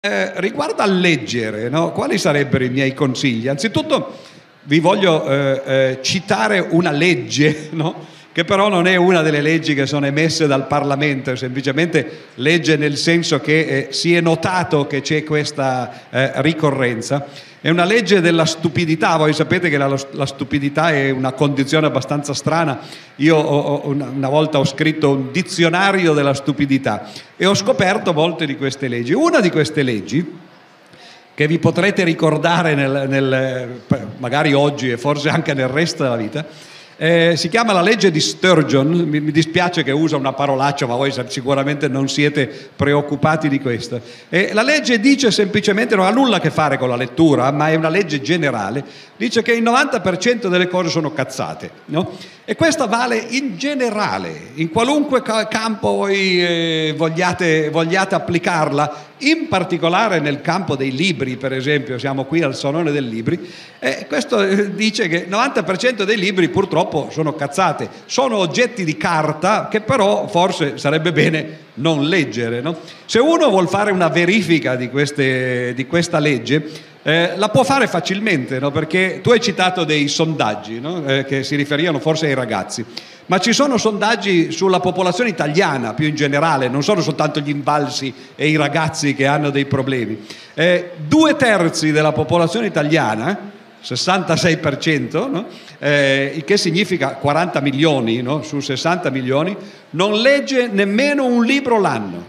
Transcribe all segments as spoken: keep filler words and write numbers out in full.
Eh, riguardo a leggere, no? Quali sarebbero i miei consigli? Anzitutto vi voglio eh, eh, citare una legge, no? Che però non è una delle leggi che sono emesse dal Parlamento, è semplicemente legge nel senso che eh, si è notato che c'è questa eh, ricorrenza. È una legge della stupidità. Voi sapete che la, la stupidità è una condizione abbastanza strana. Io ho, ho, una, una volta ho scritto un dizionario della stupidità e ho scoperto molte di queste leggi. Una di queste leggi, che vi potrete ricordare nel, nel, magari oggi e forse anche nel resto della vita, Eh, si chiama la legge di Sturgeon. Mi, mi dispiace che usa una parolaccia, ma voi sicuramente non siete preoccupati di questo. Eh, la legge dice semplicemente, non ha nulla a che fare con la lettura, ma è una legge generale, dice che il novanta per cento delle cose sono cazzate, no? E questa vale in generale, in qualunque campo voi eh, vogliate, vogliate applicarla, in particolare nel campo dei libri, per esempio. Siamo qui al Salone del Libri, e questo dice che il novanta per cento dei libri purtroppo sono cazzate, sono oggetti di carta che però forse sarebbe bene non leggere, no? Se uno vuol fare una verifica di, queste, di questa legge, Eh, la può fare facilmente, no? Perché tu hai citato dei sondaggi, no? eh, che si riferivano forse ai ragazzi, ma ci sono sondaggi sulla popolazione italiana più in generale, non sono soltanto gli invalsi e i ragazzi che hanno dei problemi. Eh, due terzi della popolazione italiana, sessantasei per cento, no? eh, il che significa quaranta milioni, no? Su sessanta milioni, non legge nemmeno un libro l'anno.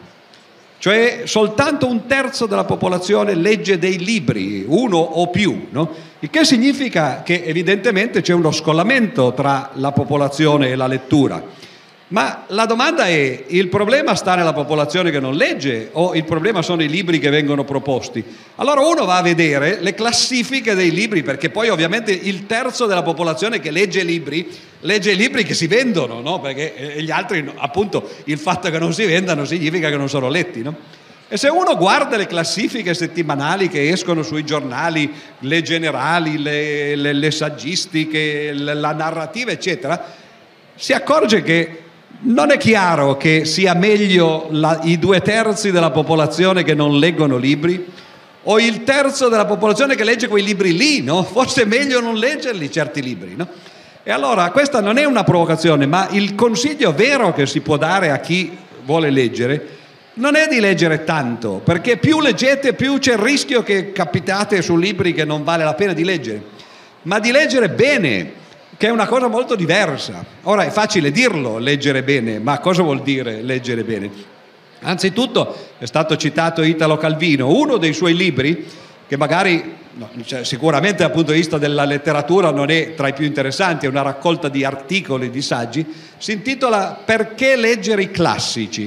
Cioè soltanto un terzo della popolazione legge dei libri, uno o più, no? Il che significa che evidentemente c'è uno scollamento tra la popolazione e la lettura. Ma la domanda è: il problema sta nella popolazione che non legge o il problema sono i libri che vengono proposti? Allora uno va a vedere le classifiche dei libri, perché poi ovviamente il terzo della popolazione che legge libri legge i libri che si vendono, no? Perché gli altri, appunto, il fatto che non si vendano significa che non sono letti, no? E se uno guarda le classifiche settimanali che escono sui giornali, le generali, le, le, le saggistiche, la narrativa, eccetera, si accorge che non è chiaro che sia meglio la, i due terzi della popolazione che non leggono libri o il terzo della popolazione che legge quei libri lì, no? Forse è meglio non leggerli certi libri, no? E allora questa non è una provocazione, ma il consiglio vero che si può dare a chi vuole leggere non è di leggere tanto, perché più leggete più c'è il rischio che capitate su libri che non vale la pena di leggere, ma di leggere bene, che è una cosa molto diversa. Ora è facile dirlo, leggere bene, ma cosa vuol dire leggere bene? Anzitutto è stato citato Italo Calvino, uno dei suoi libri, che magari no, cioè, sicuramente dal punto di vista della letteratura non è tra i più interessanti, è una raccolta di articoli, di saggi, si intitola Perché leggere i classici?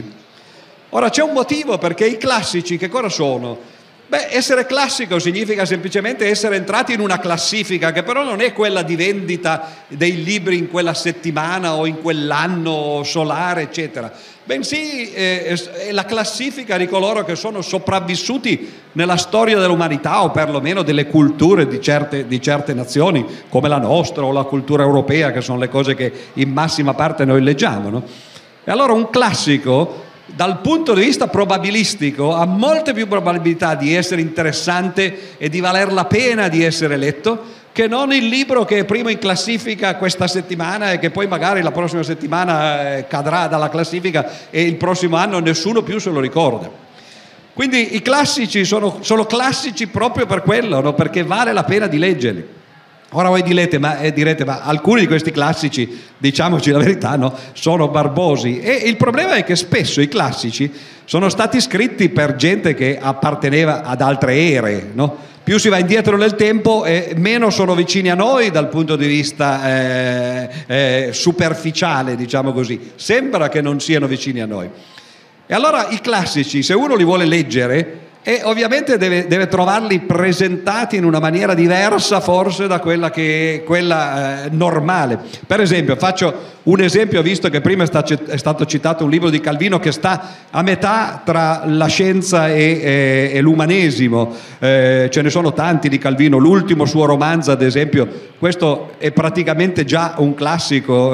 Ora c'è un motivo, perché i classici che cosa sono? Beh, essere classico significa semplicemente essere entrati in una classifica che però non è quella di vendita dei libri in quella settimana o in quell'anno solare, eccetera, bensì eh, è la classifica di coloro che sono sopravvissuti nella storia dell'umanità o perlomeno delle culture di certe, di certe nazioni come la nostra o la cultura europea, che sono le cose che in massima parte noi leggiamo, no? E allora un classico, dal punto di vista probabilistico, ha molte più probabilità di essere interessante e di valer la pena di essere letto che non il libro che è primo in classifica questa settimana e che poi magari la prossima settimana eh, cadrà dalla classifica e il prossimo anno nessuno più se lo ricorda. Quindi i classici sono, sono classici proprio per quello, no? Perché vale la pena di leggerli. Ora voi direte ma, eh, direte, ma alcuni di questi classici, diciamoci la verità, no, sono barbosi. E il problema è che spesso i classici sono stati scritti per gente che apparteneva ad altre ere, no? Più si va indietro nel tempo, eh, meno sono vicini a noi dal punto di vista eh, eh, superficiale, diciamo così. Sembra che non siano vicini a noi. E allora i classici, se uno li vuole leggere, e ovviamente deve, deve trovarli presentati in una maniera diversa forse da quella che è quella eh, normale. Per esempio, faccio un esempio, visto che prima è, sta, è stato citato un libro di Calvino che sta a metà tra la scienza e, e, e l'umanesimo. Eh, ce ne sono tanti di Calvino, l'ultimo suo romanzo ad esempio, questo è praticamente già un classico,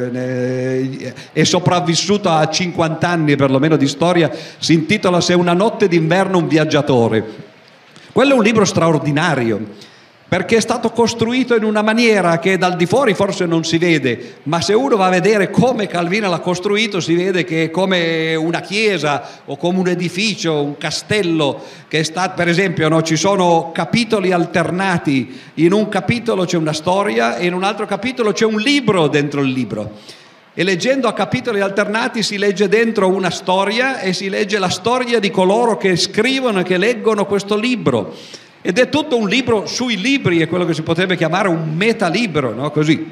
eh, è sopravvissuto a cinquanta anni perlomeno di storia, si intitola Se una notte d'inverno un viaggio viaggiatore. Quello è un libro straordinario, perché è stato costruito in una maniera che dal di fuori forse non si vede, ma se uno va a vedere come Calvino l'ha costruito si vede che è come una chiesa o come un edificio, un castello che è stato, per esempio, no, ci sono capitoli alternati, in un capitolo c'è una storia e in un altro capitolo c'è un libro dentro il libro. E leggendo a capitoli alternati si legge dentro una storia e si legge la storia di coloro che scrivono e che leggono questo libro. Ed è tutto un libro sui libri, è quello che si potrebbe chiamare un metalibro, no? Così.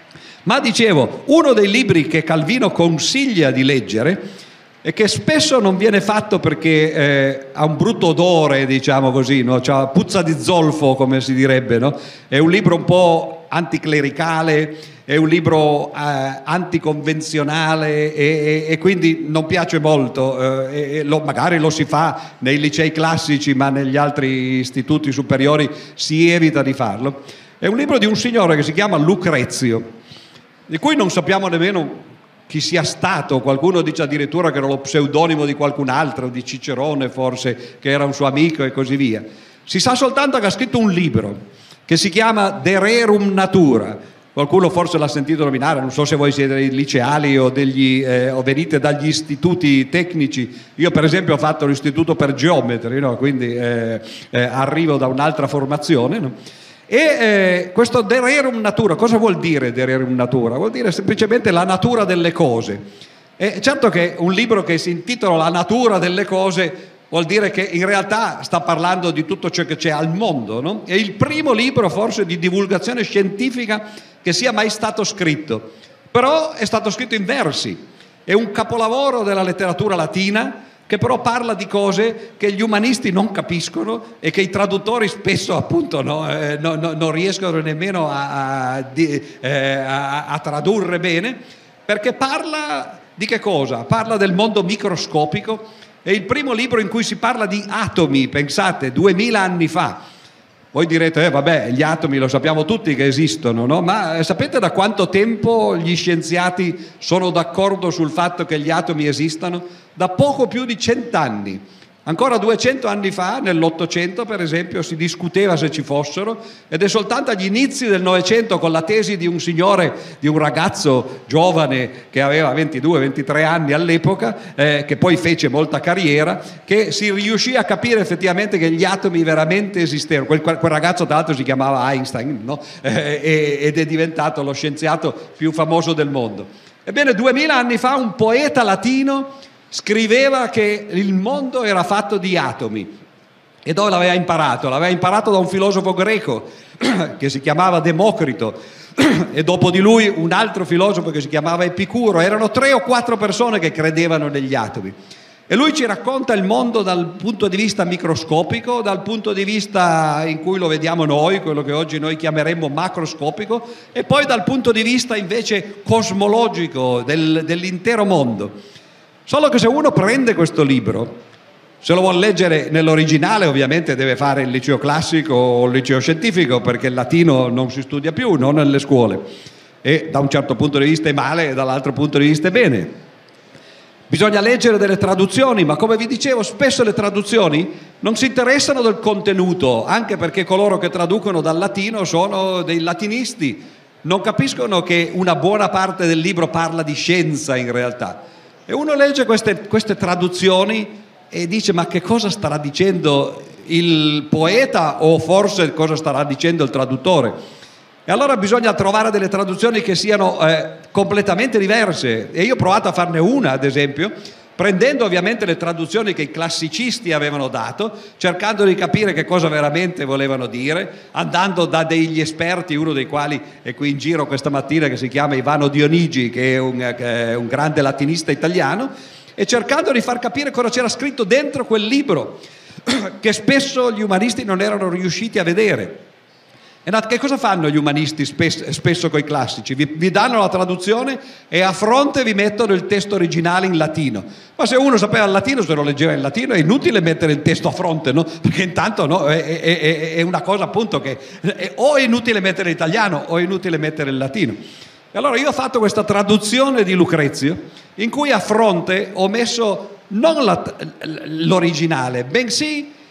Ma dicevo, uno dei libri che Calvino consiglia di leggere e che spesso non viene fatto perché eh, ha un brutto odore, diciamo così, no? C'ha puzza di zolfo, come si direbbe, no? È un libro un po' anticlericale, è un libro eh, anticonvenzionale e, e, e quindi non piace molto, eh, e lo, magari lo si fa nei licei classici, ma negli altri istituti superiori si evita di farlo. È un libro di un signore che si chiama Lucrezio, di cui non sappiamo nemmeno chi sia stato. Qualcuno dice addirittura che era lo pseudonimo di qualcun altro, di Cicerone forse, che era un suo amico e così via. Si sa soltanto che ha scritto un libro che si chiama De Rerum Natura. Qualcuno forse l'ha sentito nominare, non so se voi siete dei liceali o, degli, eh, o venite dagli istituti tecnici. Io per esempio ho fatto l'istituto per geometri, no? Quindi eh, eh, arrivo da un'altra formazione, no? E eh, questo De Rerum Natura, cosa vuol dire De Rerum Natura? Vuol dire semplicemente la natura delle cose. E certo che un libro che si intitola La natura delle cose vuol dire che in realtà sta parlando di tutto ciò che c'è al mondo, no? È il primo libro forse di divulgazione scientifica che sia mai stato scritto, però è stato scritto in versi, è un capolavoro della letteratura latina che però parla di cose che gli umanisti non capiscono e che i traduttori spesso appunto no, eh, no, no, non riescono nemmeno a, a, eh, a, a tradurre bene, perché parla di che cosa? Parla del mondo microscopico. È il primo libro in cui si parla di atomi, pensate, duemila anni fa. Voi direte, eh, vabbè, gli atomi lo sappiamo tutti che esistono, no? Ma sapete da quanto tempo gli scienziati sono d'accordo sul fatto che gli atomi esistano? Da poco più di cent'anni. Ancora duecento anni fa, nell'Ottocento per esempio, si discuteva se ci fossero, ed è soltanto agli inizi del Novecento, con la tesi di un signore, di un ragazzo giovane che aveva ventidue ventitré anni all'epoca, eh, che poi fece molta carriera, che si riuscì a capire effettivamente che gli atomi veramente esistevano. Quel, quel ragazzo tra l'altro si chiamava Einstein, no? eh, ed è diventato lo scienziato più famoso del mondo. Ebbene, duemila anni fa un poeta latino scriveva che il mondo era fatto di atomi. E dove l'aveva imparato? L'aveva imparato da un filosofo greco che si chiamava Democrito e dopo di lui un altro filosofo che si chiamava Epicuro. Erano tre o quattro persone che credevano negli atomi. E lui ci racconta il mondo dal punto di vista microscopico, dal punto di vista in cui lo vediamo noi, quello che oggi noi chiameremmo macroscopico, e poi dal punto di vista invece cosmologico del, dell'intero mondo. Solo che se uno prende questo libro, se lo vuol leggere nell'originale ovviamente deve fare il liceo classico o il liceo scientifico, perché il latino non si studia più, non nelle scuole, e da un certo punto di vista è male e dall'altro punto di vista è bene. Bisogna leggere delle traduzioni, ma come vi dicevo spesso le traduzioni non si interessano del contenuto, anche perché coloro che traducono dal latino sono dei latinisti, non capiscono che una buona parte del libro parla di scienza in realtà. E uno legge queste, queste traduzioni e dice: ma che cosa starà dicendo il poeta, o forse cosa starà dicendo il traduttore? E allora bisogna trovare delle traduzioni che siano eh, completamente diverse, e io ho provato a farne una, ad esempio, prendendo ovviamente le traduzioni che i classicisti avevano dato, cercando di capire che cosa veramente volevano dire, andando da degli esperti, uno dei quali è qui in giro questa mattina, che si chiama Ivano Dionigi, che è un, che è un grande latinista italiano, e cercando di far capire cosa c'era scritto dentro quel libro, che spesso gli umanisti non erano riusciti a vedere. E che cosa fanno gli umanisti spesso, spesso con i classici? Vi, vi danno la traduzione e a fronte vi mettono il testo originale in latino. Ma se uno sapeva il latino, se lo leggeva in latino, è inutile mettere il testo a fronte, no? Perché intanto no, è, è, è una cosa appunto che è, o è inutile mettere l'italiano o è inutile mettere il latino. E allora io ho fatto questa traduzione di Lucrezio, in cui a fronte ho messo non la, l'originale, bensì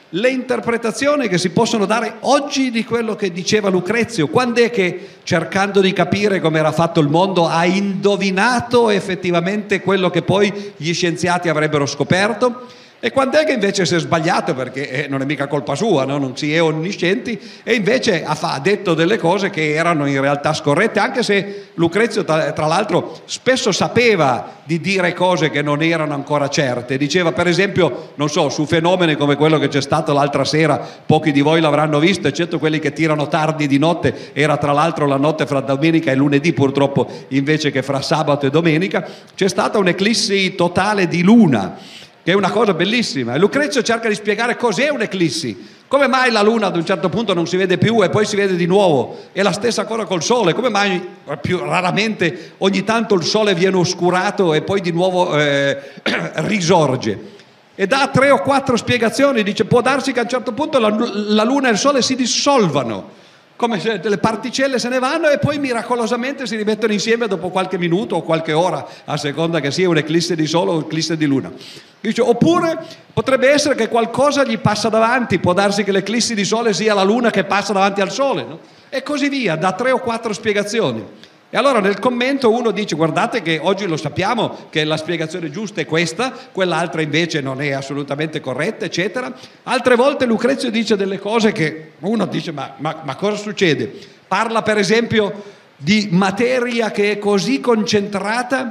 le interpretazioni che si possono dare oggi di quello che diceva Lucrezio. Quando è che, cercando di capire come era fatto il mondo, ha indovinato effettivamente quello che poi gli scienziati avrebbero scoperto? E quando è che invece si è sbagliato, perché eh, non è mica colpa sua, no? Non si è onniscienti, e invece ha, fa, ha detto delle cose che erano in realtà scorrette, anche se Lucrezio tra, tra l'altro spesso sapeva di dire cose che non erano ancora certe. Diceva per esempio, non so, su fenomeni come quello che c'è stato l'altra sera, pochi di voi l'avranno visto, eccetto quelli che tirano tardi di notte, era tra l'altro la notte fra domenica e lunedì purtroppo invece che fra sabato e domenica, c'è stata un'eclissi totale di luna, che è una cosa bellissima, e Lucrezio cerca di spiegare cos'è un'eclissi, come mai la luna ad un certo punto non si vede più e poi si vede di nuovo, e la stessa cosa col sole, come mai più raramente ogni tanto il sole viene oscurato e poi di nuovo eh, risorge, e dà tre o quattro spiegazioni. Dice: può darsi che a un certo punto la, la luna e il sole si dissolvano, come se le particelle se ne vanno e poi miracolosamente si rimettono insieme dopo qualche minuto o qualche ora, a seconda che sia un'eclisse di sole o un'eclisse di luna. Dice, oppure potrebbe essere che qualcosa gli passa davanti, può darsi che l'eclissi di sole sia la luna che passa davanti al sole, no? E così via, da tre o quattro spiegazioni. E allora nel commento uno dice: guardate che oggi lo sappiamo che la spiegazione giusta è questa, quell'altra invece non è assolutamente corretta, eccetera. Altre volte Lucrezio dice delle cose che uno dice: ma, ma, ma cosa succede? Parla per esempio di materia che è così concentrata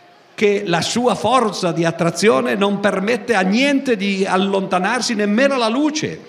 che la sua forza di attrazione non permette a niente di allontanarsi, nemmeno la luce.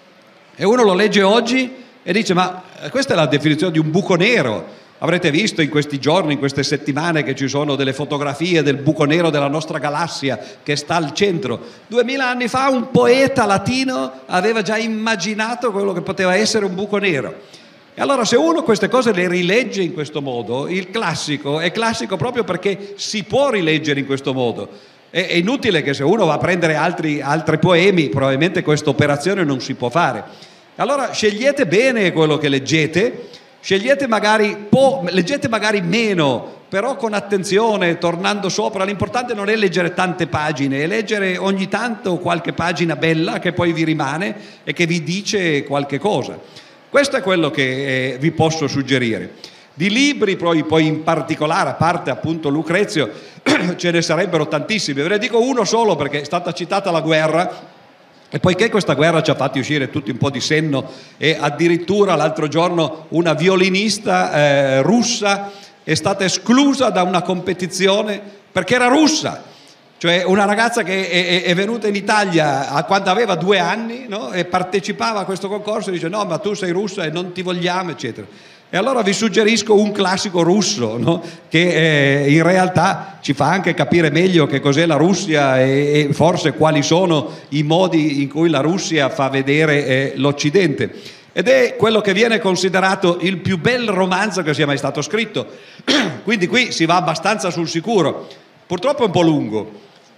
E uno lo legge oggi e dice: ma questa è la definizione di un buco nero. Avrete visto in questi giorni, in queste settimane, che ci sono delle fotografie del buco nero della nostra galassia che sta al centro. Duemila anni fa un poeta latino aveva già immaginato quello che poteva essere un buco nero. E allora se uno queste cose le rilegge in questo modo, il classico è classico proprio perché si può rileggere in questo modo. È, è inutile che se uno va a prendere altri, altri poemi, probabilmente questa operazione non si può fare. Allora scegliete bene quello che leggete. Scegliete magari, po', leggete magari meno, però con attenzione, tornando sopra. L'importante non è leggere tante pagine, è leggere ogni tanto qualche pagina bella che poi vi rimane e che vi dice qualche cosa. Questo è quello che eh, vi posso suggerire. Di libri poi, poi in particolare, a parte appunto Lucrezio, ce ne sarebbero tantissimi. Ve ne dico uno solo perché è stata citata la guerra. E poiché questa guerra ci ha fatti uscire tutti un po' di senno, e addirittura l'altro giorno una violinista eh, russa è stata esclusa da una competizione perché era russa, cioè una ragazza che è, è, è venuta in Italia a, quando aveva due anni, no? E partecipava a questo concorso e dice: no, ma tu sei russa e non ti vogliamo, eccetera. E allora vi suggerisco un classico russo, no? Che eh, in realtà ci fa anche capire meglio che cos'è la Russia e, e forse quali sono i modi in cui la Russia fa vedere eh, l'Occidente. Ed è quello che viene considerato il più bel romanzo che sia mai stato scritto. Quindi qui si va abbastanza sul sicuro. Purtroppo è un po' lungo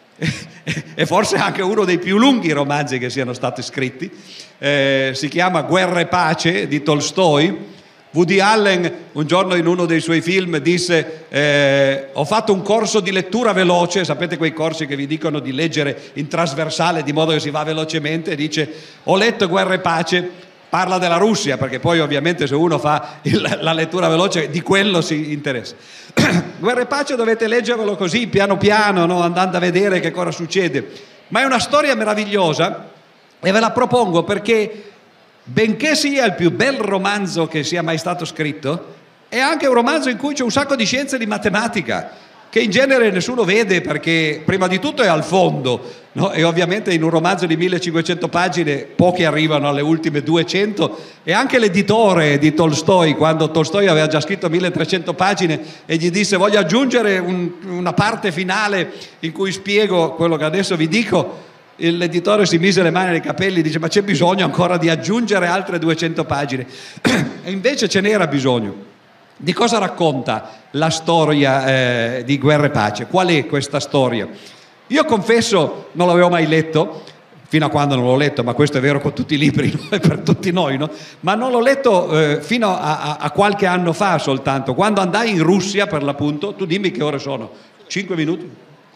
e forse anche uno dei più lunghi romanzi che siano stati scritti. Eh, si chiama Guerra e pace di Tolstoi. Woody Allen un giorno in uno dei suoi film disse eh, ho fatto un corso di lettura veloce, sapete quei corsi che vi dicono di leggere in trasversale di modo che si va velocemente, e dice: ho letto Guerra e pace, parla della Russia, perché poi ovviamente se uno fa il, la lettura veloce di quello si interessa. Guerra e pace dovete leggervelo così piano piano, no? Andando a vedere che cosa succede, ma è una storia meravigliosa e ve la propongo perché, benché sia il più bel romanzo che sia mai stato scritto, è anche un romanzo in cui c'è un sacco di scienze e di matematica che in genere nessuno vede, perché prima di tutto è al fondo, no? E ovviamente in un romanzo di millecinquecento pagine pochi arrivano alle ultime duecento, e anche l'editore di Tolstoi, quando Tolstoi aveva già scritto milletrecento pagine e gli disse: voglio aggiungere un, una parte finale in cui spiego quello che adesso vi dico, l'editore si mise le mani nei capelli e dice: ma c'è bisogno ancora di aggiungere altre duecento pagine? E invece ce n'era bisogno. Di cosa racconta la storia eh, di Guerra e pace? Qual è questa storia? Io confesso non l'avevo mai letto, fino a quando non l'ho letto, ma questo è vero con tutti i libri, no? Per tutti noi, no? Ma non l'ho letto eh, fino a, a, a qualche anno fa soltanto, quando andai in Russia per l'appunto. Tu dimmi che ore sono? cinque minuti?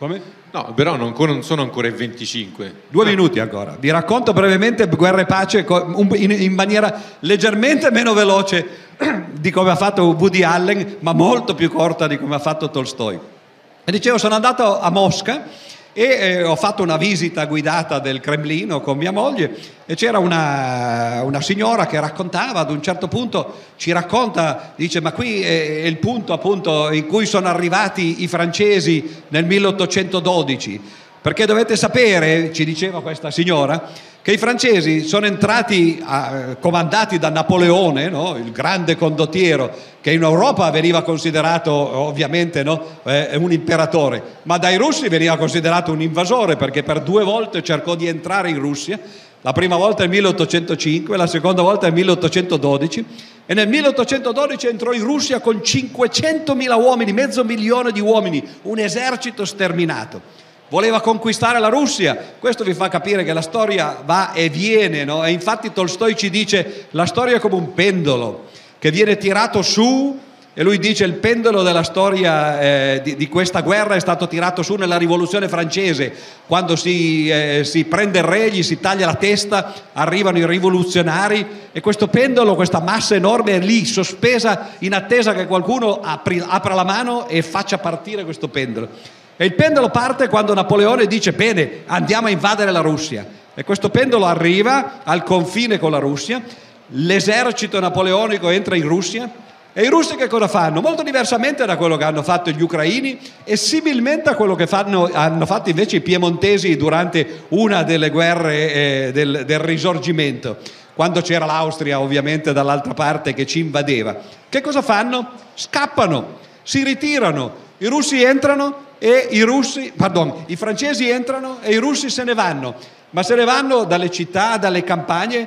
Come? No, però non, non sono ancora i venticinque. Due minuti ancora. Vi racconto brevemente Guerra e Pace in maniera leggermente meno veloce di come ha fatto Woody Allen, ma molto più corta di come ha fatto Tolstoi. E dicevo, sono andato a Mosca e eh, ho fatto una visita guidata del Cremlino con mia moglie e c'era una, una signora che raccontava, ad un certo punto ci racconta, dice: ma qui è il punto appunto in cui sono arrivati i francesi nel milleottocentododici, perché dovete sapere, ci diceva questa signora, che i francesi sono entrati a, comandati da Napoleone, no? Il grande condottiero, che in Europa veniva considerato ovviamente, no? eh, un imperatore, ma dai russi veniva considerato un invasore, perché per due volte cercò di entrare in Russia, la prima volta nel milleottocentocinque, la seconda volta nel milleottocentododici, e nel milleottocentododici entrò in Russia con cinquecentomila uomini, mezzo milione di uomini, un esercito sterminato. Voleva conquistare la Russia. Questo vi fa capire che la storia va e viene, no? E infatti Tolstoi ci dice: la storia è come un pendolo che viene tirato su, e lui dice: il pendolo della storia eh, di, di questa guerra è stato tirato su nella rivoluzione francese, quando si, eh, si prende il re, gli si taglia la testa, arrivano i rivoluzionari e questo pendolo, questa massa enorme è lì sospesa in attesa che qualcuno apri, apra la mano e faccia partire questo pendolo. E il pendolo parte quando Napoleone dice: bene, andiamo a invadere la Russia. E questo pendolo arriva al confine con la Russia, l'esercito napoleonico entra in Russia, e i russi che cosa fanno? Molto diversamente da quello che hanno fatto gli ucraini e similmente a quello che fanno, hanno fatto invece i piemontesi durante una delle guerre eh, del, del Risorgimento, quando c'era l'Austria ovviamente dall'altra parte che ci invadeva. Che cosa fanno? Scappano, si ritirano, i russi entrano e i russi, pardon, i francesi entrano e i russi se ne vanno, ma se ne vanno dalle città, dalle campagne.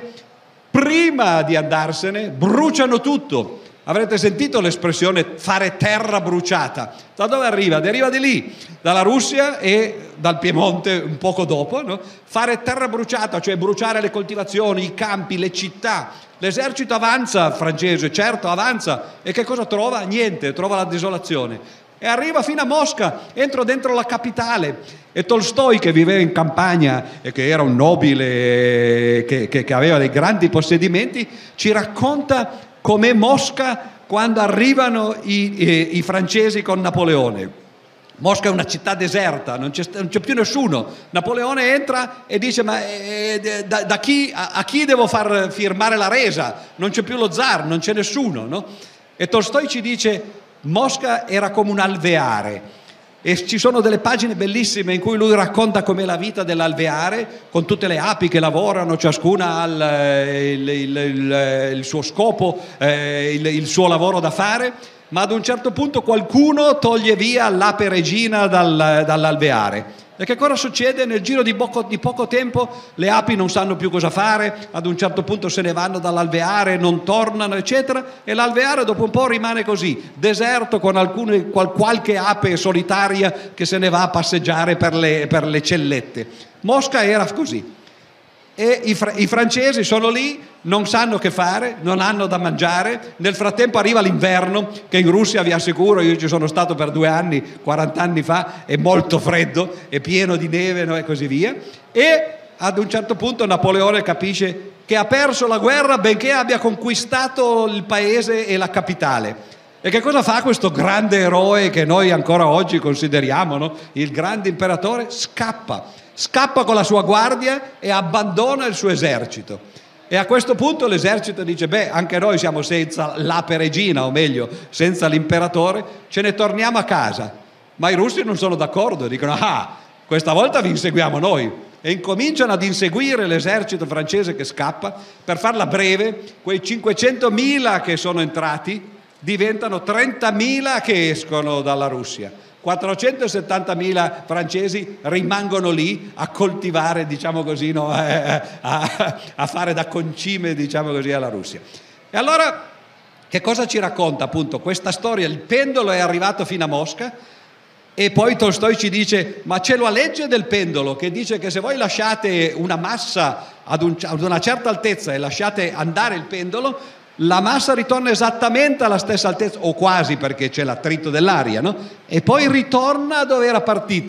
Prima di andarsene bruciano tutto. Avrete sentito l'espressione fare terra bruciata. Da dove arriva? Deriva di lì, dalla Russia e dal Piemonte un poco dopo, no? Fare terra bruciata, cioè bruciare le coltivazioni, i campi, le città. L'esercito avanza francese, certo avanza, e che cosa trova? Niente, trova la desolazione. E arriva fino a Mosca, entra dentro la capitale, e Tolstoi, che viveva in campagna e che era un nobile che, che, che aveva dei grandi possedimenti, ci racconta com'è Mosca quando arrivano i, i, i francesi con Napoleone. Mosca è una città deserta, non c'è, non c'è più nessuno. Napoleone entra e dice: ma eh, da, da chi, a, a chi devo far firmare la resa? Non c'è più lo zar, non c'è nessuno, no? E Tolstoi ci dice: Mosca era come un alveare, e ci sono delle pagine bellissime in cui lui racconta com'è la vita dell'alveare, con tutte le api che lavorano, ciascuna ha il, il, il, il suo scopo, eh, il, il suo lavoro da fare, ma ad un certo punto qualcuno toglie via l'ape regina dal, dall'alveare. E che cosa succede? Nel giro di poco, di poco tempo le api non sanno più cosa fare, ad un certo punto se ne vanno dall'alveare, non tornano, eccetera, e l'alveare dopo un po' rimane così, deserto, con alcune, qual, qualche ape solitaria che se ne va a passeggiare per le, per le cellette. Mosca era così. E i, fr- i francesi sono lì, non sanno che fare, non hanno da mangiare. Nel frattempo arriva l'inverno, che in Russia, vi assicuro, io ci sono stato per due anni, quaranta anni fa, è molto freddo, è pieno di neve, no, e così via. E ad un certo punto Napoleone capisce che ha perso la guerra, benché abbia conquistato il paese e la capitale. E che cosa fa questo grande eroe che noi ancora oggi consideriamo, no? Il grande imperatore? Scappa. Scappa con la sua guardia e abbandona il suo esercito. E a questo punto l'esercito dice: beh, anche noi siamo senza l'ape regina, o meglio, senza l'imperatore, ce ne torniamo a casa. Ma i russi non sono d'accordo, dicono: ah, questa volta vi inseguiamo noi. E incominciano ad inseguire l'esercito francese che scappa. Per farla breve, quei cinquecentomila che sono entrati diventano trentamila che escono dalla Russia. quattrocentosettantamila francesi rimangono lì a coltivare, diciamo così, no? a, a, a fare da concime, diciamo così, alla Russia. E allora che cosa ci racconta appunto questa storia? Il pendolo è arrivato fino a Mosca, e poi Tolstoi ci dice: ma c'è la legge del pendolo che dice che se voi lasciate una massa ad, un, ad una certa altezza e lasciate andare il pendolo, la massa ritorna esattamente alla stessa altezza, o quasi, perché c'è l'attrito dell'aria, no? E poi ritorna dove era partita.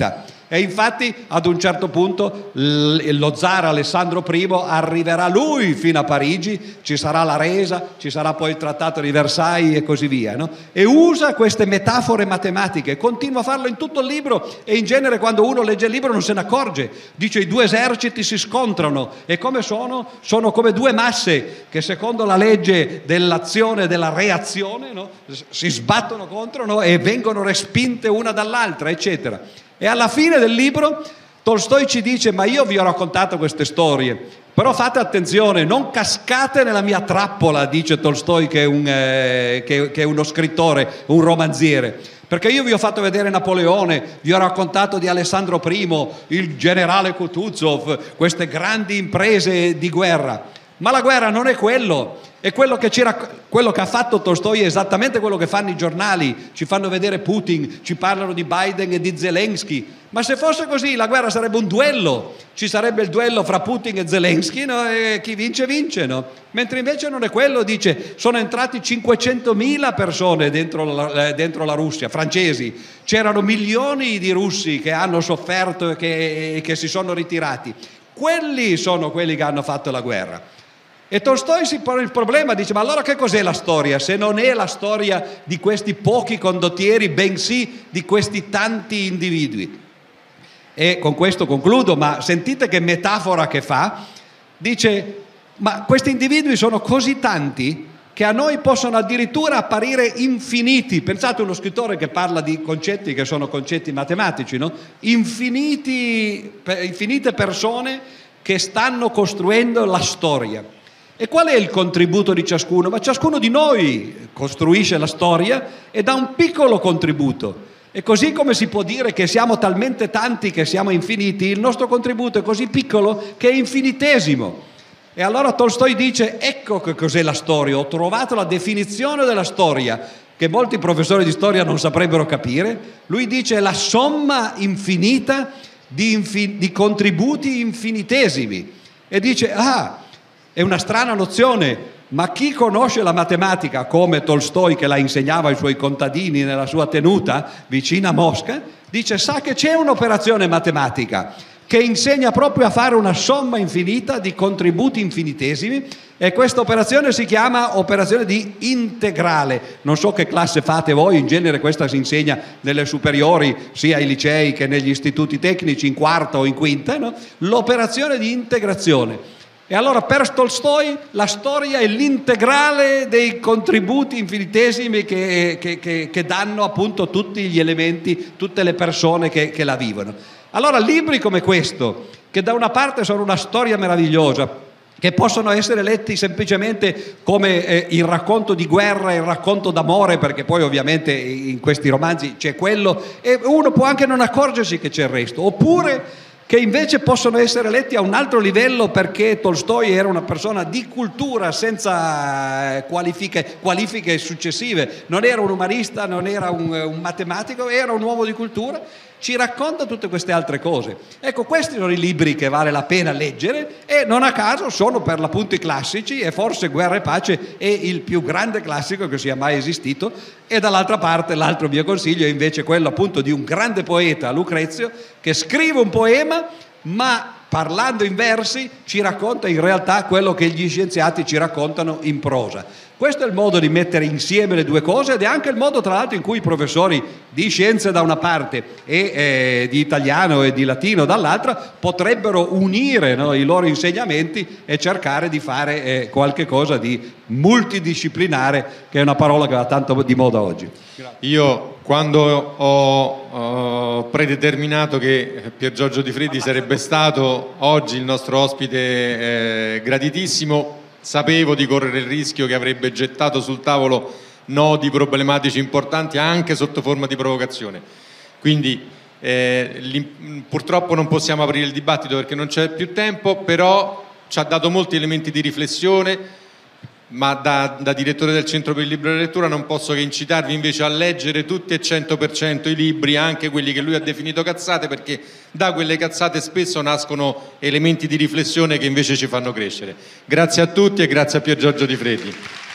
E infatti ad un certo punto lo zar Alessandro primo arriverà lui fino a Parigi, ci sarà la resa, ci sarà poi il trattato di Versailles e così via, no? E usa queste metafore matematiche, continua a farlo in tutto il libro e in genere quando uno legge il libro non se ne accorge. Dice i due eserciti si scontrano e come sono? Sono come due masse che secondo la legge dell'azione e della reazione, no? Si sbattono contro, no? E vengono respinte una dall'altra, eccetera. E alla fine del libro Tolstoi ci dice: ma io vi ho raccontato queste storie, però fate attenzione, non cascate nella mia trappola, dice Tolstoi che è, un, eh, che, che è uno scrittore, un romanziere, perché io vi ho fatto vedere Napoleone, vi ho raccontato di Alessandro primo, il generale Kutuzov, queste grandi imprese di guerra, ma la guerra non è quello. E quello che, quello che ha fatto Tolstoi è esattamente quello che fanno i giornali, ci fanno vedere Putin, ci parlano di Biden e di Zelensky, ma se fosse così la guerra sarebbe un duello, ci sarebbe il duello fra Putin e Zelensky, no? E chi vince vince, no? Mentre invece non è quello, dice, sono entrati cinquecentomila persone dentro la, dentro la Russia, francesi, c'erano milioni di russi che hanno sofferto e che, e che si sono ritirati, quelli sono quelli che hanno fatto la guerra. E Tolstoi si pone il problema, dice: ma allora che cos'è la storia se non è la storia di questi pochi condottieri, bensì di questi tanti individui? E con questo concludo, ma sentite che metafora che fa. Dice: ma questi individui sono così tanti che a noi possono addirittura apparire infiniti. Pensate a uno scrittore che parla di concetti che sono concetti matematici, no? Infiniti, infinite persone che stanno costruendo la storia. E qual è il contributo di ciascuno? Ma ciascuno di noi costruisce la storia e dà un piccolo contributo. E così come si può dire che siamo talmente tanti che siamo infiniti, il nostro contributo è così piccolo che è infinitesimo. E allora Tolstoi dice: ecco che cos'è la storia, ho trovato la definizione della storia che molti professori di storia non saprebbero capire. Lui dice: la somma infinita di, infin- di contributi infinitesimi. E dice: ah, è una strana nozione, ma chi conosce la matematica, come Tolstoi che la insegnava ai suoi contadini nella sua tenuta vicino a Mosca, dice: sa che c'è un'operazione matematica che insegna proprio a fare una somma infinita di contributi infinitesimi, e questa operazione si chiama operazione di integrale. Non so che classe fate voi, in genere questa si insegna nelle superiori, sia ai licei che negli istituti tecnici, in quarta o in quinta, no? L'operazione di integrazione. E allora per Tolstoi la storia è l'integrale dei contributi infinitesimi che, che, che, che danno appunto tutti gli elementi, tutte le persone che, che la vivono. Allora libri come questo, che da una parte sono una storia meravigliosa, che possono essere letti semplicemente come eh, il racconto di guerra, il racconto d'amore, perché poi ovviamente in questi romanzi c'è quello e uno può anche non accorgersi che c'è il resto, oppure che invece possono essere letti a un altro livello, perché Tolstoi era una persona di cultura senza qualifiche, qualifiche successive, non era un umanista, non era un, un matematico, era un uomo di cultura, ci racconta tutte queste altre cose. Ecco, questi sono i libri che vale la pena leggere e non a caso sono per l'appunto i classici, e forse Guerra e Pace è il più grande classico che sia mai esistito. E dall'altra parte l'altro mio consiglio è invece quello appunto di un grande poeta, Lucrezio, che scrive un poema ma parlando in versi ci racconta in realtà quello che gli scienziati ci raccontano in prosa. Questo è il modo di mettere insieme le due cose, ed è anche il modo tra l'altro in cui i professori di scienze da una parte e eh, di italiano e di latino dall'altra potrebbero unire, no, i loro insegnamenti e cercare di fare eh, qualche cosa di multidisciplinare, che è una parola che va tanto di moda oggi. Io quando ho, ho predeterminato che Pier Giorgio Di Freddi sarebbe stato oggi il nostro ospite eh, graditissimo, sapevo di correre il rischio che avrebbe gettato sul tavolo nodi problematici importanti anche sotto forma di provocazione. Quindi eh, purtroppo non possiamo aprire il dibattito perché non c'è più tempo, però ci ha dato molti elementi di riflessione, ma da, da direttore del Centro per il Libro e la Lettura non posso che incitarvi invece a leggere tutti e cento per cento i libri, anche quelli che lui ha definito cazzate, perché da quelle cazzate spesso nascono elementi di riflessione che invece ci fanno crescere. Grazie a tutti e grazie a Pier Giorgio Di Freddi.